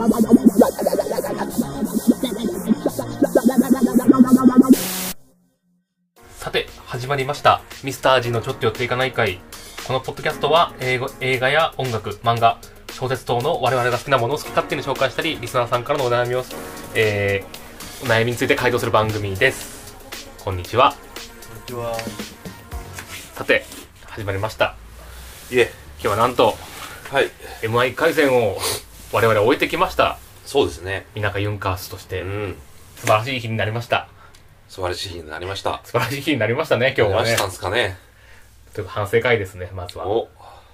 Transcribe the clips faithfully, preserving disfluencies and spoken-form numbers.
さて始まりましたミスター G のちょっと寄っていかない会。このポッドキャストは英語映画や音楽、漫画、小説等の我々が好きなものを好き勝手に紹介したり、リスナーさんからのお悩みを、えー、お悩みについて回答する番組です。こんにちは。 こんにちは。 さて始まりました。 いえ、 今日はなんと、 はい、 エムワン 回戦を我々終えてきました。 そうですね。 田舎ユンカースとして、 うん、 素晴らしい日になりました。 素晴らしい日になりました。 素晴らしい日になりましたね、今日はね。 なりましたんですかね。 という反省会ですね、まずは。お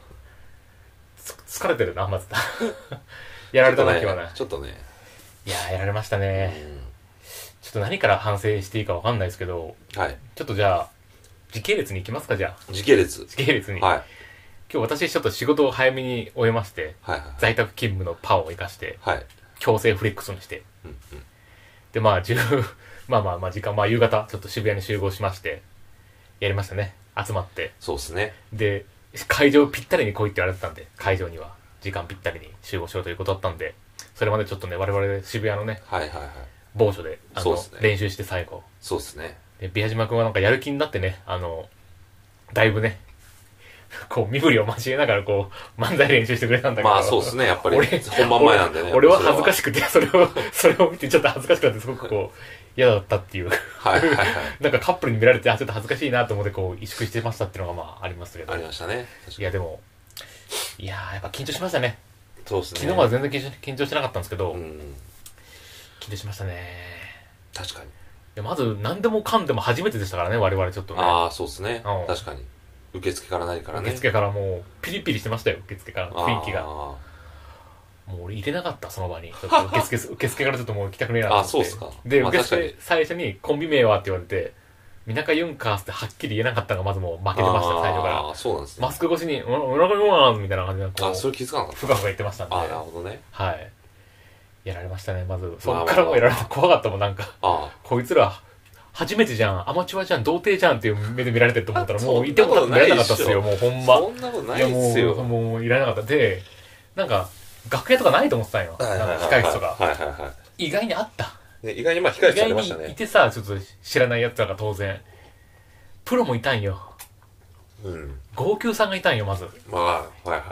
疲れてるな、まずだ。やられたな、今日はね。 ちょっとね。 いやー、やられましたね。うん、ちょっと何から反省していいかわかんないですけど、はい。ちょっとじゃあ、時系列に行きますか、じゃあ。 時系列。 時系列に。はい。今日私ちょっと仕事を早めに終えまして、はいはい、在宅勤務のパワーを生かして、はい。強制フレックスにして、うんうん、で、まあ、じゅう、まあまあまあ時間、まあ夕方、ちょっと渋谷に集合しまして、やりましたね。集まって。 そうですね。 で、会場ぴったりに来いって言われてたんで、会場には時間ぴったりに集合しようということだったんで、それまでちょっとね、我々渋谷のね、はいはいはい。某所で、あの、ね、練習して最後。 そうですね。 で、宮島くんはなんかやる気になってね、あの、だいぶね、こう身振りを交えながらこう漫才練習してくれたんだけど、 まあそうですね、やっぱり本番前なんでね。 俺は恥ずかしくて、それをそれを見てちょっと恥ずかしくなって、すごくこう嫌だったっていう、はいはいはい、なんかカップルに見られて、あ、ちょっと恥ずかしいなと思ってこう萎縮してましたっていうのがまあありましたけど。 ありましたね。 いやでも、いやーやっぱ緊張しましたね。 そうですね。 昨日は全然緊張緊張してなかったんですけど、うん、緊張しましたね。 確かに。いやまず何でもかんでも初めてでしたからね、我々ちょっとね。 ああそうですね、うん。確かに。受付から何からね。 受付からもうピリピリしてましたよ、受付から雰囲気が。もう俺入れなかった、その場に。ちょっと受付受付からちょっともう行きたくねえなと思って。 あ、そうっすか。 で、まあ、受付最初にコンビ名はって言われて、みなかユンカースってはっきり言えなかったのがまずもう負けてました、最初から。 ああ、そうなんですね。 マスク越しに、うなかユンカースみたいな感じでこう。 あ、それ気づかなかった。 ふかふか言ってましたんで。 あ、なるほどね。 はい。やられましたね、まず。そっからもやられて怖かったもん、なんか。ああこいつら、初めてじゃん、アマチュアじゃん、童貞じゃんっていう目で見られてると思ったら、もういても見られなかったっすよ、もうほんま。 そんなことないっすよ。 いやもう、もういられなかった。で、なんか、楽屋とかないと思ってたんよ。なんか控室とか。はいはいはい。意外にあった。 ね、意外にまあ控室ありましたね。 意外にいてさ、ちょっと知らないやつらが当然。プロもいたんよ。うん。号泣さんがいたんよ、まず。 まあ、はいはいはい。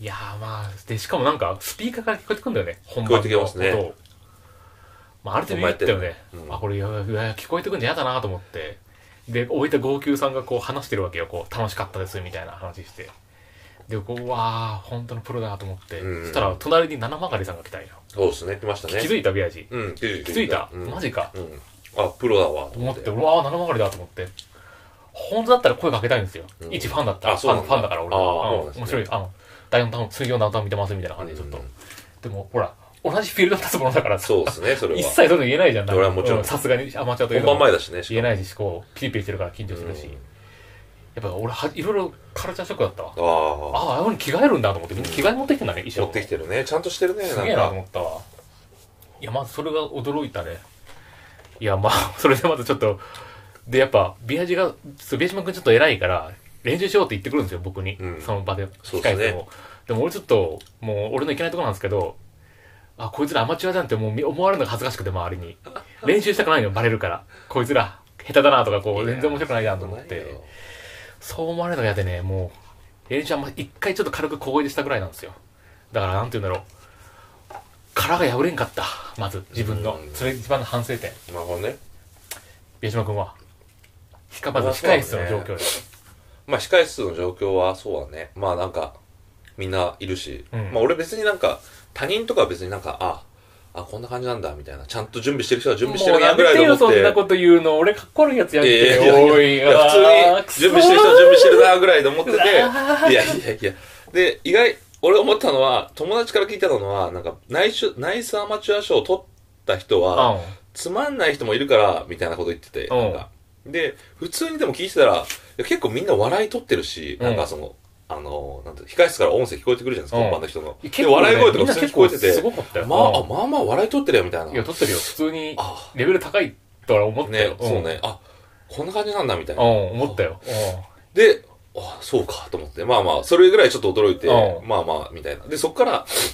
いやーまあ、で、しかもなんか、スピーカーから聞こえてくるんだよね、 本番の音。聞こえてきますね。 まあ、ある程度言ったよね。うん、あ、これ、いや、聞こえてくるんじゃ嫌だなと思って。で、置いた号泣さんがこう話してるわけよ。こう、楽しかったです、みたいな話して。で、こう、うわー、本当のプロだと思って。うん、そしたら、隣に七曲さんが来たんよ。 そうですね、来ましたね。 気づいた、ビアジ。 うん、気づいた。 気づいた、うん、マジか。 うん。あ、プロだわ。 と思って、うわー、七曲だと思って。本当だったら声かけたいんですよ。うん、一ファンだったら。ファン、ファンだから俺は。あ、面白い。あの、ダイオンタウン、水曜ダウンタウン見てますみたいな感じでちょっと。うん、でも、ほら、同じフィールドに立つものだからさ。 そうですね、それは。 一切そういうの言えないじゃん。 俺はもちろん。 さすがにアマチュアというの。本番前だしね、 言えないし、こう、ピリピリしてるから緊張するし。やっぱ俺は、いろいろカルチャーショックだったわ。ああ。ああ、ああいうふうに着替えるんだと思って、みんな着替え持ってきてんだね、衣装。 持ってきてるね。ちゃんとしてるね、 すげえなと思ったわ。いや、まずそれが驚いたね。いや、まあ、それでまずちょっと、で、やっぱ、ビアジが、ビアジマ君ちょっと偉いから、練習しようって言ってくるんですよ、僕に。うん、その場で、控えても。でも俺ちょっと、もう俺のいけないところなんですけど、あ、こいつらアマチュアじゃんってもう思われるのが恥ずかしくて、周りに。練習したくないのバレるから。こいつら、下手だなとか、こう、全然面白くないじゃんと思って。そう思われるのが嫌でね、もう、練習は一回ちょっと軽く小声でしたぐらいなんですよ。だから、なんて言うんだろう。殻が破れんかった。まず、自分の。それ一番の反省点。 なるほどね。 宮島君はまず控え室の状況です。 まあ、控え室の状況はそうだね。まあなんか、みんないるし。うん、まあ俺別になんか、他人とかは別になんか、あ、あ、こんな感じなんだ、みたいな。ちゃんと準備してる人は準備してるな、ぐらいで思って。 もうやめてよ、そんなこと言うの。俺かっこ悪いやつやって。いやいやいやいや、普通に準備してる人は準備してるな、ぐらいで思ってて。いやいやいや。で、意外、俺思ったのは、友達から聞いたのは、なんか、ナイス、ナイスアマチュア賞を取った人は、うん、つまんない人もいるから、みたいなこと言ってて。うん、なんかで、普通にでも聞いてたら、結構みんな笑い取ってるし、うん、なんかその、あの、なんて、控室から音声聞こえてくるじゃないですか、本番の人の。で、笑い声とか普通に聞こえてて、 すごかったよ。 まあ、あ、まあまあ笑い取ってるよ、みたいな。 いや、取ってるよ。普通に、レベル高いとは思ったよ。 ね、そうね。あ、こんな感じなんだ、みたいな。 うん、思ったよ。 で、あ、そうか、と思って。まあまあ、それぐらいちょっと驚いて、まあまあ、みたいな。で、そっから、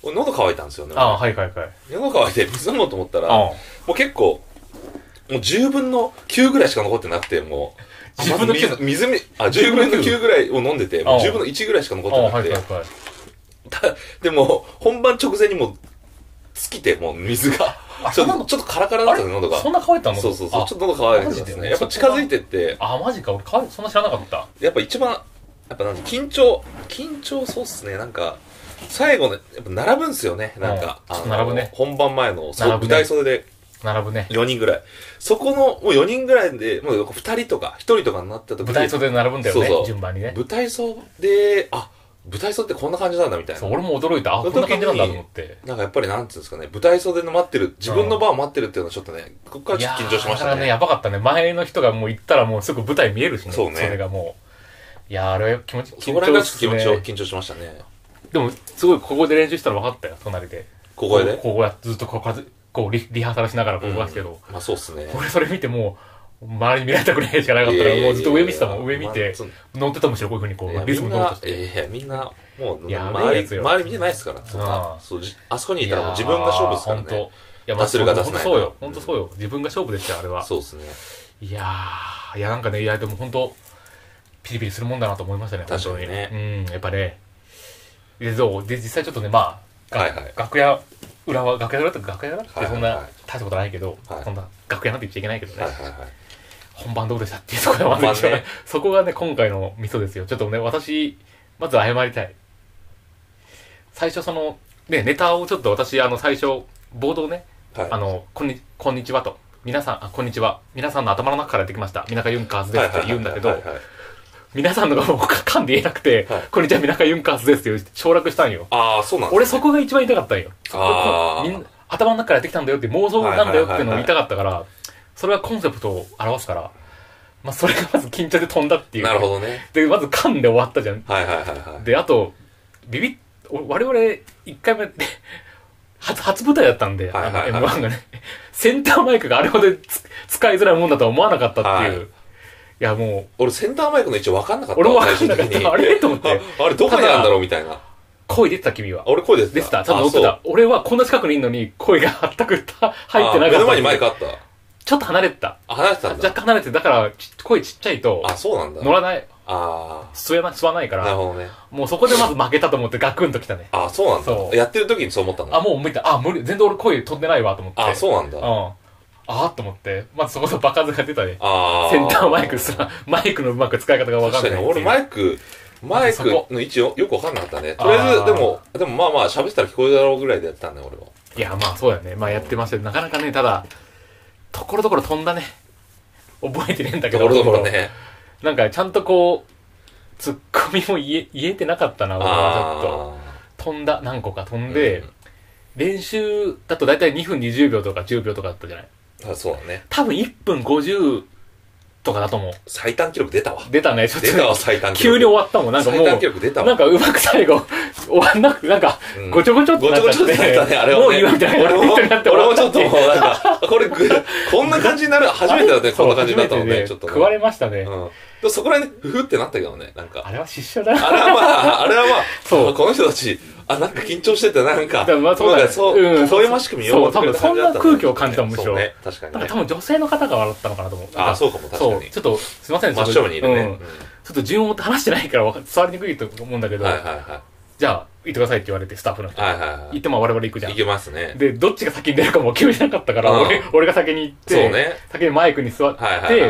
喉乾いたんですよね。 ああ、はいはいはい。 喉乾いて水飲もうと思ったら、もう結構、もうじゅうぶんのきゅうぐらいしか残ってなくて、もう、 じゅうぶんのきゅう水、水、あ、じゅうぶんのきゅうぐらいを飲んでて、もうじゅうぶんのいちぐらいしか残ってなくて、はいはいはい、でも、本番直前にもう、尽きて、もう水が、ちょっと、ちょっとカラカラだったね、喉が。 そんな乾いたの？ そうそうそう、ちょっと喉乾いてたんですね。やっぱ近づいてって、 あ、マジか、俺乾い、そんな知らなかった。 やっぱ一番、やっぱなんか緊張、緊張そうっすね、なんか、最後ね、やっぱ並ぶんすよね、なんか。 あの並ぶね。 本番前の、舞台袖で。 並ぶね。 よにんぐらい。そこの、もうよにんぐらいで、もうふたりとか、ひとりとかになった時に。 舞台袖で並ぶんだよね、そうそう順番にね。 舞台袖で、あ、舞台袖ってこんな感じなんだみたいな。 そう、俺も驚いた。あ、こんな感じなんだと思って。 なんかやっぱりなんていうんですかね、舞台袖で待ってる、自分の場を待ってるっていうのはちょっとね、ここからちょっと緊張しましたね。だからね、やばかったね。前の人がもう行ったらもうすぐ舞台見えるしね。そうね。それがもう。いやー、あれは気持ち、緊張しそこら辺が気持ちを緊張しましたね。 でも、すごいここで練習したら分かったよ、隣で。 ここでここや、ずっとこう、こうリ、リハーサルしながらここがすけど。 まあそうっすね。 俺それ見てもう、周りに見られたくないしかなかったら、もうずっと上見てたもん。上見て、乗ってたもんしろ、こういう風にこう、リズム乗ろうとして。 いやいや、みんな、もう、周り、周り見てないですから。そんな、そう、あそこにいたらもう自分が勝負ですからね。本当。いや、まあ、出せるか出せないか。 そうよ。本当そうよ。自分が勝負でしたよ、あれは。 そうですね。 いやー、いや、なんかね、いや、でも本当ピリピリするもんだなと思いましたね、 確かにね。 うん、やっぱね。で、どうで、実際ちょっとね、まあ、 はいはい、 楽屋裏は、楽屋裏って楽屋裏ってそんな大したことないけど、はい、そんな楽屋なんて言っちゃいけないけどね。はいはいはい、本番どうでしたっていうところがまず、ね、そこがね、今回のミソですよ。ちょっとね、私、まず謝りたい。最初その、ね、ネタをちょっと私、あの、最初、ボードをね、はい、あの、こんに、こんにちはと。皆さん、あ、こんにちは。皆さんの頭の中からやってきました。みなかユンカーズですって言うんだけど、皆さんのがもう噛んで言えなくて、はい、こんにちは、みなかユンカーズですっていう省略したんよ。 ああ、そうなんですね。 俺そこが一番言いたかったんよ。あみん頭の中からやってきたんだよって妄想なんだよっていうのを言いたかったから、それはコンセプトを表すから、まあそれがまず緊張で飛んだっていう。 なるほどね。 で、まず噛んで終わったじゃん。 はいはいはいはい。 で、あと、ビビッ、我々一回目、初、初舞台だったんで、はいはいはい、あの エムワン がね、センターマイクがあれほど使いづらいもんだとは思わなかったっていう。はい、いやもう。 俺センターマイクの位置分かんなかった。 俺も分かんなかった。あれと思って。 あ, あれどこにあるんだろうみたいな。 声出てた君は。 俺声出てた。 出てた。多分乗ってた。俺はこんな近くにいるのに声が全く入ってなかった。目の前にマイクあった。 ちょっと離れてた。 あ、離れてたんだ。 若干離れてて、だから声ちっちゃいと。 あ、そうなんだ。 乗らない。 ああ。 吸えな、吸わないから。 なるほどね。 もうそこでまず負けたと思ってガクンときたね。 あ、そうなんだ。そう。やってる時にそう思ったんだ。 あ、もう無理だ。あ、無理。全然俺声飛んでないわと思って。 あ、そうなんだ。 うん。ああと思って、まずそこで爆発が出たね。ああ。センターマイクすら、マイクのうまく使い方がわかんない。 確かに俺マイク、マイクの位置よくわかんなかったね。とりあえず、でも、でもまあまあ喋ったら聞こえるだろうぐらいでやってたんだよ、俺は。 いや、まあそうだよね。まあやってましたけど、なかなかね、ただ、ところどころ飛んだね。覚えてねえんだけど。 ところどころね。 なんかちゃんとこう、ツッコミも言え、言えてなかったな、俺はちょっと。飛んだ、何個か飛んで、うん、練習だとだいたいにふんにじゅうびょうとかじゅうびょうとかだったじゃない。 あ、そうだね。 多分いっぷんごじゅうとかだと思う。 最短記録出たわ。 出たね、ちょっと、ね。 出たわ、最短記録。 急に終わったもん、なんかもう。 最短記録出たわ。 なんかうまく最後、終わんなくて、なんか、ごちょごちょってなっちゃって。ごちょごちょってなったね、あれは、ね。もういいわ、みたいな。 俺も、俺もちょっともうなんか、これ、こんな感じになる、初めてだね、こんな感じになったのね、ちょっと、ね。 食われましたね。 うん。でそこら辺で、ふふってなったけどね、なんか。 あれは失笑だな。 あれはまあ、あれはまあ、そう。この人たち、あ、なんか緊張してて、なんか、 まあそうだそう、うん、そういうましく見ようと思って。そう、多分そんな空気を感じたむしろ。 そうね、確かに。 なんか多分女性の方が笑ったのかなと思う。 あ、そうかも、確かに。そう、 ちょっと、すいません、 真正面にいるね。 ちょっと順を追って話してないから伝わりにくいと思うんだけど。 はいはいはい。 じゃあ、行ってくださいって言われて、スタッフの人。 はいはいはい。 行っても我々行くじゃん。 行きますね。 で、どっちが先に出るかも決めてなかったから、俺、俺が先に行って、 そうね。 先にマイクに座って、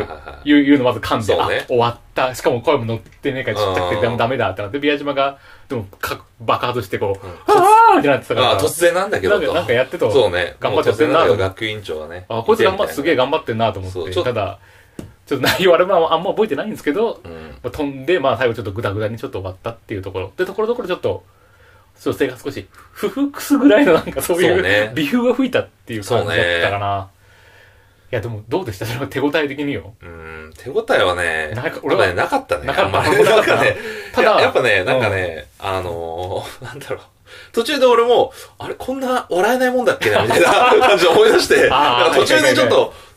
言う、言うのまず噛んで、あ、終わった。しかも声も乗ってねえからちっちゃくて、でもダメだってなって、宮島が、でも、か、爆発してこう、あーってなってたから。 あ、突然なんだけど。 なんかやってと。 そうね。 頑張っちゃってんな。 学院長がね。 あ、こいつ頑張って、すげえ頑張ってんなと思って。ただ、ちょっと内容あれはあんま覚えてないんですけど、飛んで、まあ最後ちょっとグダグダにちょっと終わったっていうところ。で、ところどころちょっと、女性が少し、ふふくすぐらいのなんかそういう微風が吹いたっていう感じだったかな。いやでもどうでした？それは手応え的によ。 うん、手応えはね、 なんか俺はね、なかったね。 なかった。 なんかね、ただ、やっぱね、なんかね、あの、なんだろう。途中で俺も、あれ、こんな笑えないもんだっけなみたいな感じで思い出して、途中でちょっと、そ、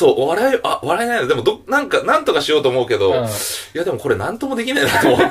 そう、笑い、あ、笑えないの。でも、ど、なんか、なんとかしようと思うけど、 うん、 いや、でもこれなんともできないなと思って、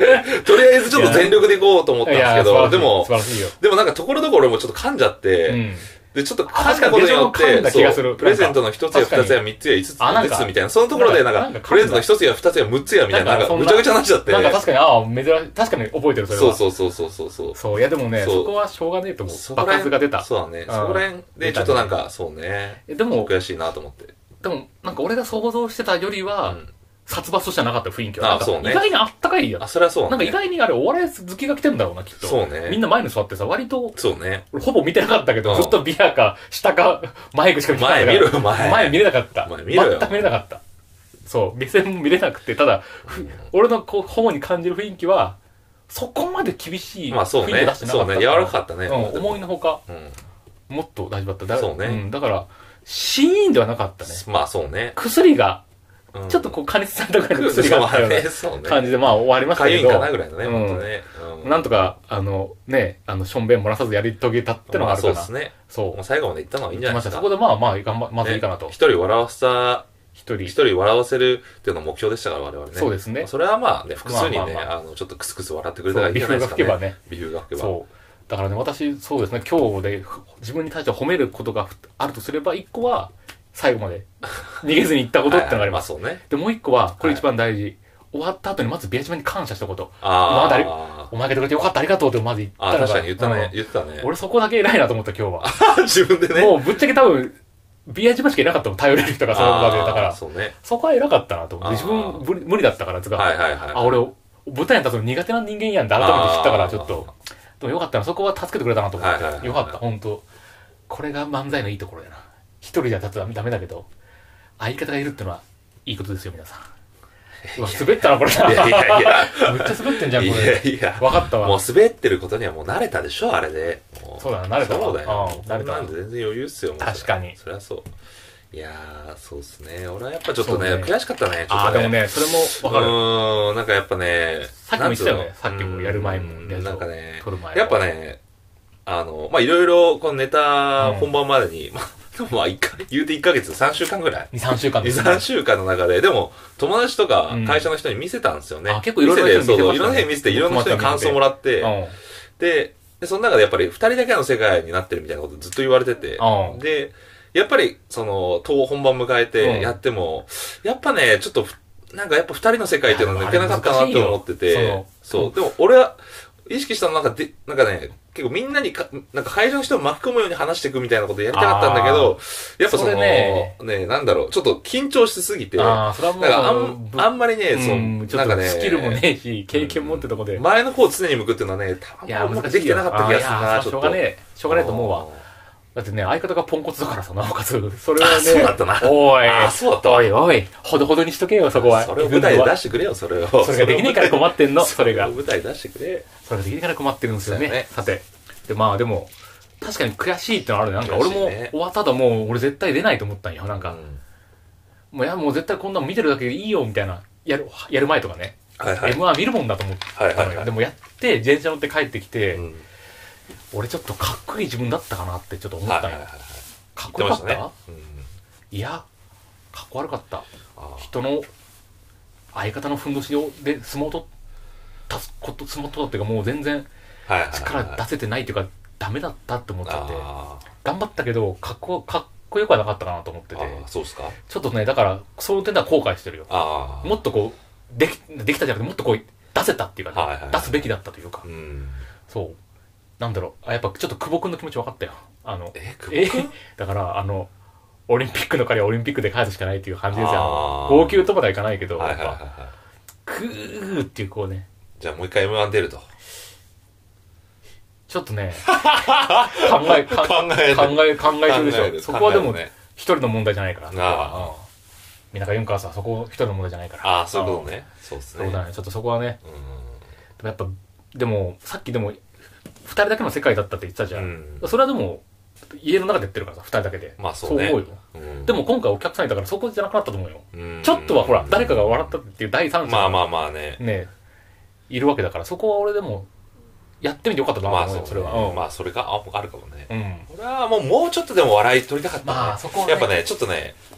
とりあえずちょっと全力でいこうと思ったんですけど、でも、 素晴らしいよ。 でもなんか、ところどころもちょっと噛んじゃって、うんで、ちょっと噛んだことによって、そう、プレゼントの一つや二つや三つや五つですみたいな、そのところでなんか、プレゼントの一つや二つや六つやみたいな、なんか、ぐちゃぐちゃになっちゃって。 なんか確かに、ああ、珍しい、確かに覚えてる、それは。 そうそうそうそうそう。 そう、いやでもね、そこはしょうがねえと思う。爆発が出た。 そうだね。そこら辺で、ちょっとなんか、そうね。でも、悔しいなと思って。 でも、なんか俺が想像してたよりは、殺伐としてなかった雰囲気は。 あ、そうね。 意外にあったかいよ。 あ、それはそうね。 なんか意外にあれ、お笑い好きが来てんだろうな、きっと。 そうね。 みんな前に座ってさ、割と、 そうね。 俺ほぼ見てなかったけど、ずっとビアか、下か、前しか見てなかった。 前見ろよ、前。 前見れなかった。 前見ろよ。 全く見れなかった。そう、目線も見れなくて、ただ、俺のこう、方に感じる雰囲気は、そこまで厳しい雰囲気出してなかった。 そうね。柔らかかったね。 思いのほか、もっと大丈夫だった。 そうね。 だから、シーンではなかったね。 まあそうね。 薬が、ちょっとこう加熱されたぐらいの薬があったような感じでまあ終わりましたけど。 かゆいかなぐらいのね、ほんとね。 なんとか、あの、ね、あの、しょんべん漏らさずやり遂げたってのがあるかな。 そうですね。 そう。 最後まで行ったのはいいんじゃないですか。 そこでまあまあ、頑張、まずいいかなと。 一人笑わせた、 一人。 一人笑わせるっていうのが目標でしたから、我々ね。 そうですね。 それはまあね、複数にね、あの、ちょっとクスクス笑ってくれたらいいんじゃないですかね。 ビフが吹けばね。 ビフが吹けば。 そう。だからね、私、そうですね、今日で自分に対して褒めることがあるとすれば、一個は、最後まで逃げずに行ったことってのがあります。 はいはい、まあそうね。 で、もう一個は、これ一番大事。はい、終わった後にまずビアチマに感謝したこと。 ああ。 まだお前がくれてよかったありがとうってまず言ったのが。 あ確かに言ったね。言ってたね。 俺そこだけ偉いなと思った今日は。 自分でね。 もうぶっちゃけ多分、ビアチマしかいなかったもん、頼れる人がその場で。だから、 そうね、 そこは偉かったなと思って。自分無理だったから、つか。 はいはいはい。 あ、俺、舞台に立つの苦手な人間やんって改めて知ったから、ちょっと。でもよかったな、そこは助けてくれたなと思って。よかった、ほんと。これが漫才のいいところやな。一人じゃ立つとダメだけど、相方がいるってのはいいことですよ、皆さん。うわ、滑ったな、これ。いやいやいや。めっちゃ滑ってんじゃん、これ。いやいや。わかったわ。 もう滑ってることにはもう慣れたでしょ、あれで。 そうだな、慣れたわ。 そうだよ。 慣れた。 なんで全然余裕っすよ、 確かに。 そりゃそう。いやー、そうっすね。俺はやっぱちょっとね、悔しかったね、ちょっとね。 あ、でもね、それもわかる。 うーん、なんかやっぱね、 さっきも言ってたよね、さっきもやる前も。 なんかね、やっぱね、あの、まあ、いろいろ、このネタ本番までに、まあ、一回、言うていっかげつ、さんしゅうかんぐらい。 に、さんしゅうかんですね。に、さんしゅうかんの中で、でも、友達とか会社の人に見せたんですよね。 あ、結構いろいろ見せて、 そうそう、いろんな人に見せて、いろんな人に感想もらって、で、で、その中でやっぱり二人だけの世界になってるみたいなことずっと言われてて、で、やっぱり、その、当本番迎えてやっても、やっぱね、ちょっと、なんかやっぱ二人の世界っていうのは抜けなかったなって思ってて、そう、でも俺は、意識したのなんかで、なんかね、結構みんなにか、なんか会場の人を巻き込むように話していくみたいなことやりたかったんだけど、やっぱその、ね、ね、なんだろう、ちょっと緊張しすぎて、 あそれはもうなんかあん、あんまりね、その、なんかね、スキルもねえし、経験もってとこで。 前の方を常に向くっていうのはね、たぶんなんかできてなかった気がするな、ちょっと。 しょうがねえ、しょうがねえと思うわ。だってね、相方がポンコツだからさ、なおかつ、それはね、 そうだったな。 おい、 あ、そうだった。 おいおい、ほどほどにしとけよ、そこは。 それを舞台で出してくれよ、それを。 それができねえから困ってんの、それが。 舞台出してくれ。 それができねえから困ってるんですよね。さて。で、まあでも、確かに悔しいってのあるね。なんか俺も終わった後もう俺絶対出ないと思ったんよ。なんか、もういや、もう絶対こんなの見てるだけでいいよ、みたいな。やる、やる前とかね。エムワン 見るもんだと思ったのよ。でもやって、自転車乗って帰ってきて、俺ちょっとかっこいい自分だったかなってちょっと思ったんよ。かっこよかった、ねうん、いや、かっこ悪かった。人の相方のふんどしで相撲と立つこと、相撲とっていうかもう全然力出せてないっていうかダメだったって思っちゃって、頑張ったけどかっこ、かっこよくはなかったかなと思ってて、 そうですかちょっとね、だからその点では後悔してるよ。もっとこう、でき、できたじゃなくてもっとこう出せたっていうか、ねはいはいはい、出すべきだったというか、うん、そう。なんだろう、あ、やっぱちょっと久保君の気持ち分かったよ。あの、 え、久保君だから、あの、オリンピックの彼はオリンピックで帰るしかないっていう感じですよ。号泣とまではいかないけど、はいはいはいはい、クーっていうこうね。 じゃあもう一回 エムワン 出ると。 ちょっとね、考え、考え、考え、考えてるでしょ。そこはでも、一人の問題じゃないから。ああ。みんなが言うんからさ、そこ一人の問題じゃないから。 ああ、そういうことね。そうっすね。 そうだね。ちょっとそこはね。でもやっぱ、でも、さっきでも、二人だけの世界だったって言ってたじゃん。うん、それはでも、家の中でやってるからさ、二人だけで。 まあそうね。 そう思うよ。うん、でも今回お客さんいたからそこじゃなくなったと思うよ。うん、ちょっとはほら、誰かが笑ったっていう第三者まあまあまあね。 ね、いるわけだから、そこは俺でも、やってみてよかったと思うよ、まあ、それは。 うん、まあそれがあるかもね。うん。俺はもうもうちょっとでも笑い取りたかった、ね。まあそこは、ね、やっぱね、ちょっとね、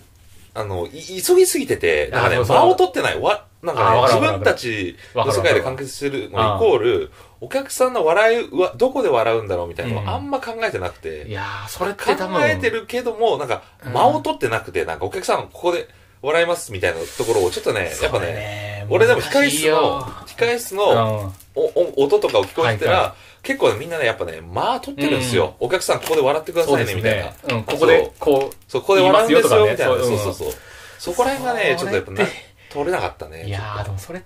あの、い急ぎすぎてて、なんかね、 あそうそう間を取ってない。わ、なんかね、自あわかるわかる分たちの世わかるわかる界で完結してるのイコール、お客さんの笑いは、どこで笑うんだろうみたいなのうんをあんま考えてなくて。 いやー、それって考多分。 えてるけども、なんか、間を取ってなくて、なんかお客さんここで笑いますみたいなところをちょっとね、やっぱね、俺でも控え室の、控え室のおお音とかを聞こえてたら、はいはい、結構ね、みんなね、やっぱね、間取ってるんですよ。うん、お客さんここで笑ってくださいね、みたいな。 うん、ここで、こう、 そう、ここで笑うんですよ、みたいな。 そうそうそう。そこら辺がね、ちょっとやっぱね、取れなかったね。 いやー、でもそれって、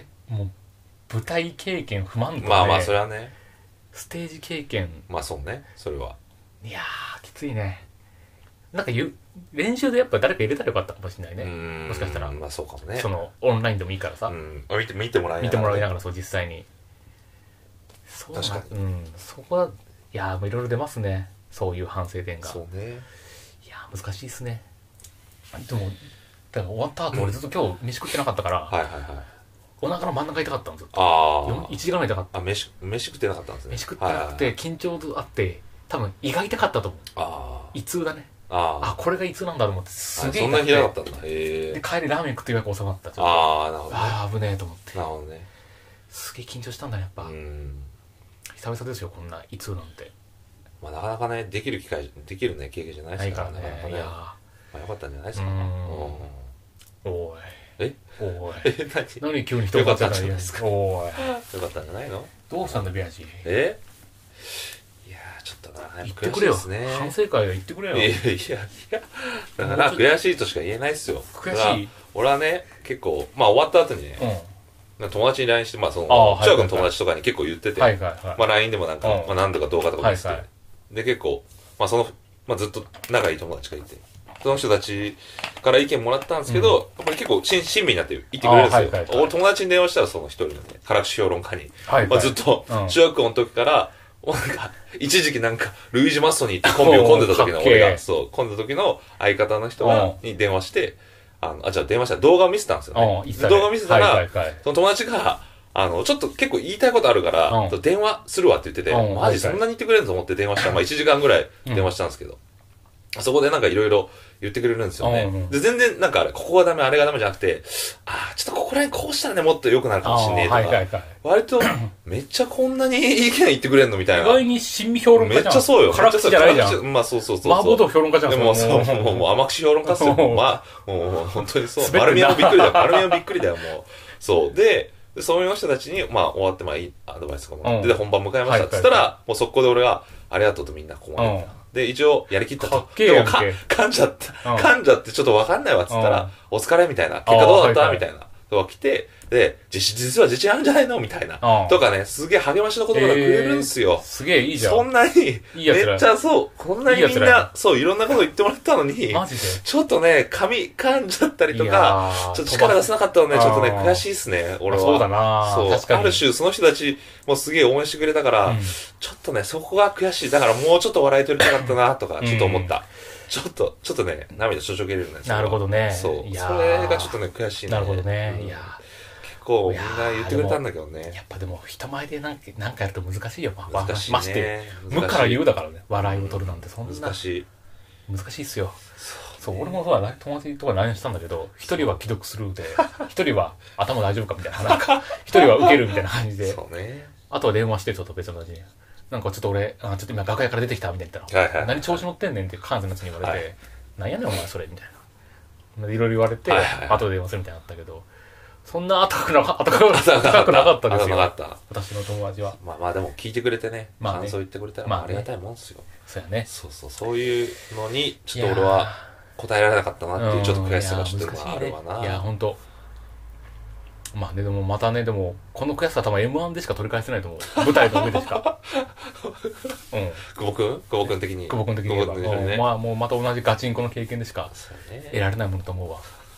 もう、舞台経験不満とね。 まあまあ、それはね。 ステージ経験。 まあそうね、それは。 いやー、きついね。なんかゆ、練習でやっぱ誰か入れたらよかったかもしれないね。もしかしたら。 まあそうかもね。 その、オンラインでもいいからさ。 うん。見て、見てもらいながら。 見てもらいながら、そう、実際に。 そう確かに。 うん。そこは、いやー、もういろいろ出ますね。そういう反省点が。 そうね。 いやー、難しいっすね。でも、だから終わった後、俺ずっと今日飯食ってなかったから、 はいはいはい。 お腹の真ん中痛かったんですよ。 ああ。 いちじかんぐらい痛かった。 あ、飯、飯食ってなかったんですね。 飯食ってなくて、緊張あって、多分胃が痛かったと思う。ああ。胃痛だね。ああ。あ、これが胃痛なんだと思って、すげえ。 そんなひどかったんだ。へえ。 で、帰りラーメン食ってようやく収まった。 ああ、なるほど。 ああ、危ねえと思って。 なるほどね。 すげえ緊張したんだね、やっぱ。うん。久々ですよ、こんな胃痛なんて。 まあ、なかなかね、できる機会、できるね、経験じゃないですからね。ないからね。いやまあ、よかったんじゃないですか。 おい。 えおい。 え、 何何急に人が立たないんですか。おい。 よかったんじゃないの？ どうしたんだ、ビアジ。 えいやー、ちょっとな、 言ってくれよ。反省会で言ってくれよ。 いやいやいや、だから悔しいとしか言えないっすよ。 悔しい。 俺はね、結構、まあ終わった後にね、友達に ライン して、まあその、中学の友達とかに結構言ってて、まあ ライン でもなんか、まあ何度か動画とか見てて、で結構、まあその、まあずっと仲いい友達がいて、その人たちから意見もらったんですけど、うん、やっぱり結構親身になって言ってくれるんですよ。はいはいはい、俺友達に電話したらその一人のね、辛口評論家に、はいはい、まあ、ずっと中学校の時から、うん、なんか、一時期なんか、ルイージ・マッソニーってコンビを組んでた時の俺が、そう、組んだ時の相方の人がに電話して、あの、あ、じゃあ電話したら動画を見せたんですよね。ね動画を見せたら、はいはいはい、その友達が、あの、ちょっと結構言いたいことあるから、うん、電話するわって言ってて、うん、マジそんなに言ってくれると思って電話したら、まあいちじかんぐらい電話したんですけど、うん、そこでなんかいろいろ言ってくれるんですよね。うん、で、全然なんかあれ、ここがダメ、あれがダメじゃなくて、ああ、ちょっとここら辺こうしたらね、もっと良くなるかもしんねえとか、はいはいはい、割と、めっちゃこんなに意見言ってくれんのみたいな。 意外に新評論家じゃん。 めっちゃそうよ。 辛口じゃないじゃん。 まあそうそうそう。 麻婆豆腐評論家じゃん。 でもそう、もう、もう甘口評論家っすよ。まあ、もう本当にそう。丸見えもびっくりだよ。丸見えもびっくりだよ、もう。そう。で、でそういう人たちに、まあ、終わって、まあ、いいアドバイスとかもらって、で、本番迎えました。つったら、もう速攻で俺が、ありがとうとみんなここまで。で、一応、やりきったと。 でも、 か、噛んじゃった。噛んじゃってちょっとわかんないわ、つったら、お疲れみたいな。結果どうだったみたいな。とか来て、で、実実は自信あるんじゃないのみたいな。とかね、すげえ励ましの言葉がくれるんすよ。 すげえいいじゃん。 そんなに、めっちゃそう、こんなにみんな、そう、いろんなこと言ってもらったのに、 マジでちょっとね、髪噛んじゃったりとか、ちょっと力出せなかったのね、ちょっとね、悔しいっすね、俺は。 そうだなそう、確かにある種、その人たちもすげえ応援してくれたから、ちょっとね、そこが悔しい。だからもうちょっと笑い取りたかったな、とか、ちょっと思った。ちょっと、ちょっとね、涙ちょちょけれるんですよ。 なるほどね。 そう。それがちょっとね、悔しいね。 なるほどね。いや結構みんな言ってくれたんだけどね。 やっぱでも人前でなんかなんかやると難しいよ。 難しいね。 まして無から言うだからね。笑いを取るなんてそんな難しい。 難しいっすよ。そう、俺もそうだね。友達とか ライン したんだけど、一人は既読スルーで、一人は頭大丈夫かみたいな。なんか、一人は受けるみたいな感じで。 そうね。 あとは電話してちょっと別の友達に。なんかちょっと俺、あちょっと今楽屋から出てきたみたいな言ったら、はいはい、何調子乗ってんねんって関西のやつに言われて、はい、なんやねんお前それみたいな。いろいろ言われて、はいはいはい、後で電話するみたいになったけど、そんな温かくなかったですよ。私の友達は。 まあまあでも聞いてくれてね、まあ、感想言ってくれたらありがたいもんですよ。 そうやね。 そうそう、そういうのに、ちょっと俺は答えられなかったなっていう、ちょっと悔しさがちょっとあるわな。 いや、ほんと。まあね、でもまたね、でも、この悔しさ多分 エムワン でしか取り返せないと思う。舞台の上でしか。 うん。久保くん久保くん的に。 久保くん的に言えば。ね、まあもうまた同じガチンコの経験でしか得られないものと思うわ。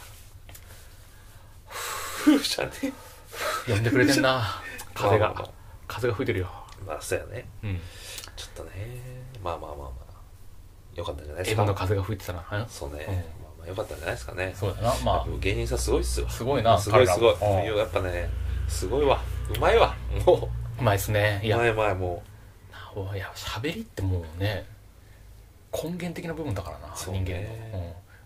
ふぅじゃね呼んでくれてんな。風が。風が吹いてるよ。 まあそうやね。うん。ちょっとね、まあまあまあまあ。よかったんじゃないですか。 今の風が吹いてたな。 そうね。まあよかったんじゃないですかね。 そうだな。まあ。 芸人さんすごいっすよ。 すごいな。 すごいすごい。やっぱね、すごいわ。うまいわ。もう。 うまいっすね。 うまいうまいもう。いや、喋りってもうね、根源的な部分だからな、人間の。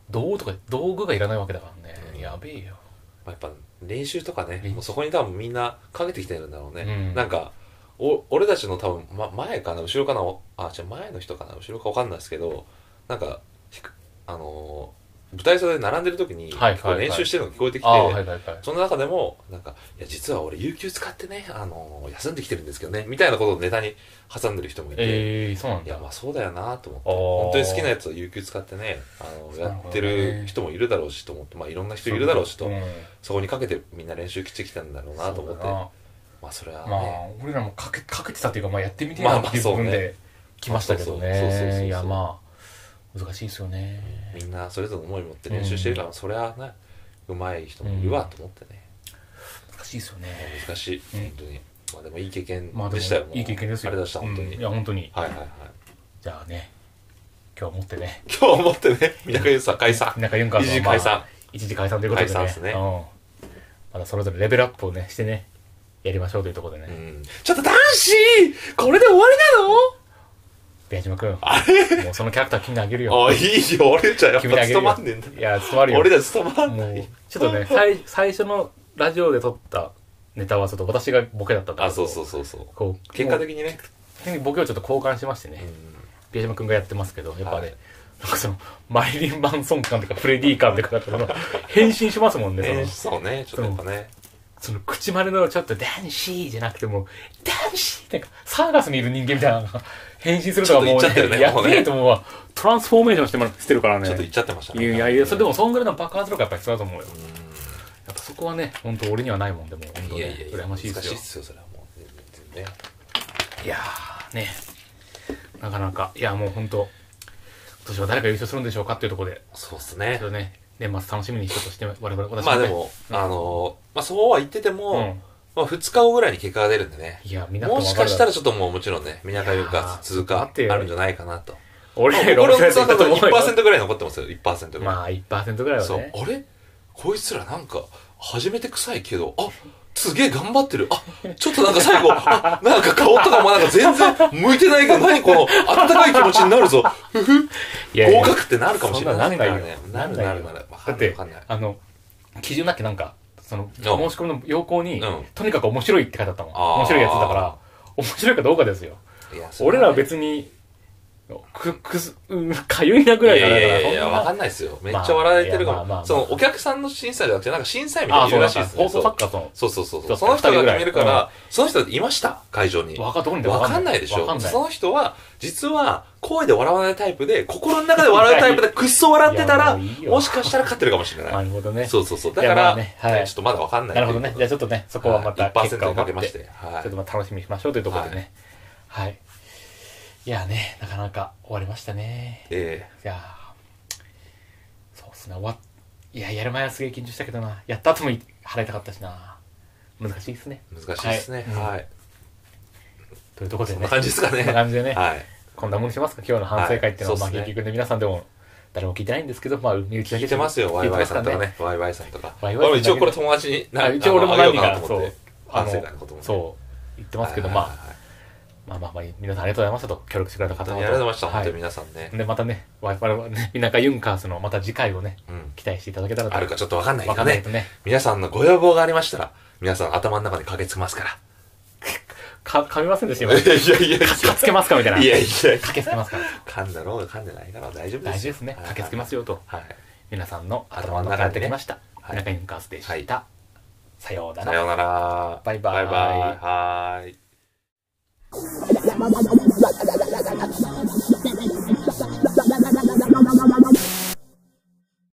道具とか、道具がいらないわけだからね。うん、やべえよ。 やっぱ練習とかね、もうそこに多分みんなかけてきてるんだろうね。うん、なんか、お俺たちの多分、ま、前かな後ろかなあ、じゃ前の人かな後ろかわかんないですけど、なんか、あのー、舞台袖で並んでる時に、練習してるのが聞こえてきて、はいはいはい、その中でも、なんか、いや、実は俺、有給使ってね、あのー、休んできてるんですけどね、みたいなことをネタに挟んでる人もいて、 えー、そうなんだ。 いや、まあそうだよなと思って、本当に好きなやつを有給使ってね、あのー、やってる人もいるだろうしと思って、まあいろんな人いるだろうしと、うん、そこにかけてみんな練習してきたんだろうなと思って、まあそれはね。まあ、 俺らもかけ、かけてたっていうか、まあやってみてなっていう部分で来ましたけどね。いや、まあ、難しいですよね。 みんなそれぞれの思い持って練習してるから、うん、それはね、うまい人もいるわと思ってね。 うん、難しいですよね。 難しい、本当に。まあでもいい経験でしたよ。 まあ、いい経験ですよ。 あれでした、本当に。 うん、いや、本当に。 はいはいはい。 じゃあね、今日をもってね。 今日をもってね、三中ユンさん解散。 三中ユンカーさん、 一時解散。 一時解散ということでね。 解散ですね。うん。 まだそれぞれレベルアップをね、してね、やりましょうというところでね。 うん。ちょっと男子これで終わりなの宮島くん。あれもうそのキャラクター君にあげるよ。 あ、いいよ。俺じゃやっぱ務まんねんだ。 いや、務まるよ。 俺じゃ務まんない。もう、 ちょっとね、最、最初のラジオで撮ったネタはちょっと私がボケだったんだけど。 あ、そうそうそうそう。こう、結果的にね。 ボケをちょっと交換しましてね。宮島くんがやってますけど、やっぱね、なんかその、マリリン・マンソン感とかフレディ感とか、変身しますもんね。 そうね、ちょっとやっぱね。 その口までのちょっと男子じゃなくても男子なんかサーガスにいる人間みたいなのが変身するとかもうねやっていいと思うわ。トランスフォーメーションしてもしてるからね。 ちょっと言っちゃってましたね。 いやいや、それでもそんぐらいの爆発力やっぱ必要だと思うよ。やっぱそこはね、本当俺にはないもんでも本当ね羨ましいですよ。 難しいですよそれはもう全然ね。 いやーね、なかなかいやもう本当今年は誰が優勝するんでしょうかっていうところで。 そうですね。 ね。年末楽しみにちょっとして我々私まあでも、うん、あのまあそうは言ってても、うん、まあふつかごぐらいに結果が出るんでね。 いやみんなもしかしたらちょっともうもちろんね、みなかゆか通過あるんじゃないかなと。 俺らの通過だと いちパーセント ぐらい残ってますよ。いちパーセント ぐらい。 まあ いちパーセント ぐらいはね。 そうあれこいつらなんか初めて臭いけど、あすげえ頑張ってる。あ、ちょっとなんか最後、あ、なんか顔とかもなんか全然向いてないけど、何この温かい気持ちになるぞ。ふふ。合格ってなるかもしれないからね。なるなるなる。 だって、あの、基準だっけなんか、その、申し込みの要項に、とにかく面白いって書いてあったもん。面白いやつだから、面白いかどうかですよ。俺らは別に、く、くす、かゆいなぐらいかな。いやいやいや、わかんないですよ。めっちゃ笑われてるかも。その、お客さんの審査じゃなくて、なんか審査員みたいなのいるらしいですね。 放送作家と。 そうそうそう。その人が決めるから、その人いました、会場に。 わかんないでしょ。その人は、実は、声で笑わないタイプで、心の中で笑うタイプで、くっそ笑ってたら、もしかしたら勝ってるかもしれない。 なるほどね。 そうそうそう。だから、ちょっとまだわかんない。 なるほどね。じゃあちょっとね、そこはまた結果をかけまして、ちょっとまた楽しみにしましょうというところでね。はい。いやね、なかなか終わりましたね。 ええー。いやそうっすね、終わっ、いや、やる前はすげえ緊張したけどな。やった後も払いたかったしな。難しいですね。 難しいですね。はい。はい、 というところでね。 そんな感じですかね。 そんな感じでね。 はい。 こんなもんにしますか今日の反省会っていうのは、はい、まあ結局ね、皆さんでも誰も聞いてないんですけど、まあ、身内だけ聞いてますよ、ワイワイさんとかね。ワイワイさんとか。 ワイワイさん。 一応これ友達に、 一応俺も何か、 そう。反省会のことも。 そう。言ってますけど、まあ。まあまあまあ、皆さんありがとうございましたと、協力してくれた方々。 ありがとうございました、本当に皆さんね。 で、またね、我々はね、みなかユンカースのまた次回をね、期待していただけたらと。 あるかちょっとわかんないけどね。皆さんのご要望がありましたら、皆さん頭の中に駆けつけますから。 か、噛みませんでしたよ。いやいやいや。 駆けつけますかみたいな。 いやいや。駆けつけますから。 噛んだろうが噛んでないから大丈夫です。 大丈夫ですね。駆けつけますよと。 はい。 皆さんの頭の中に出てきました。みなかユンカースでした。さようなら。 さようなら。 バイバイ。 バイバイ。はーい。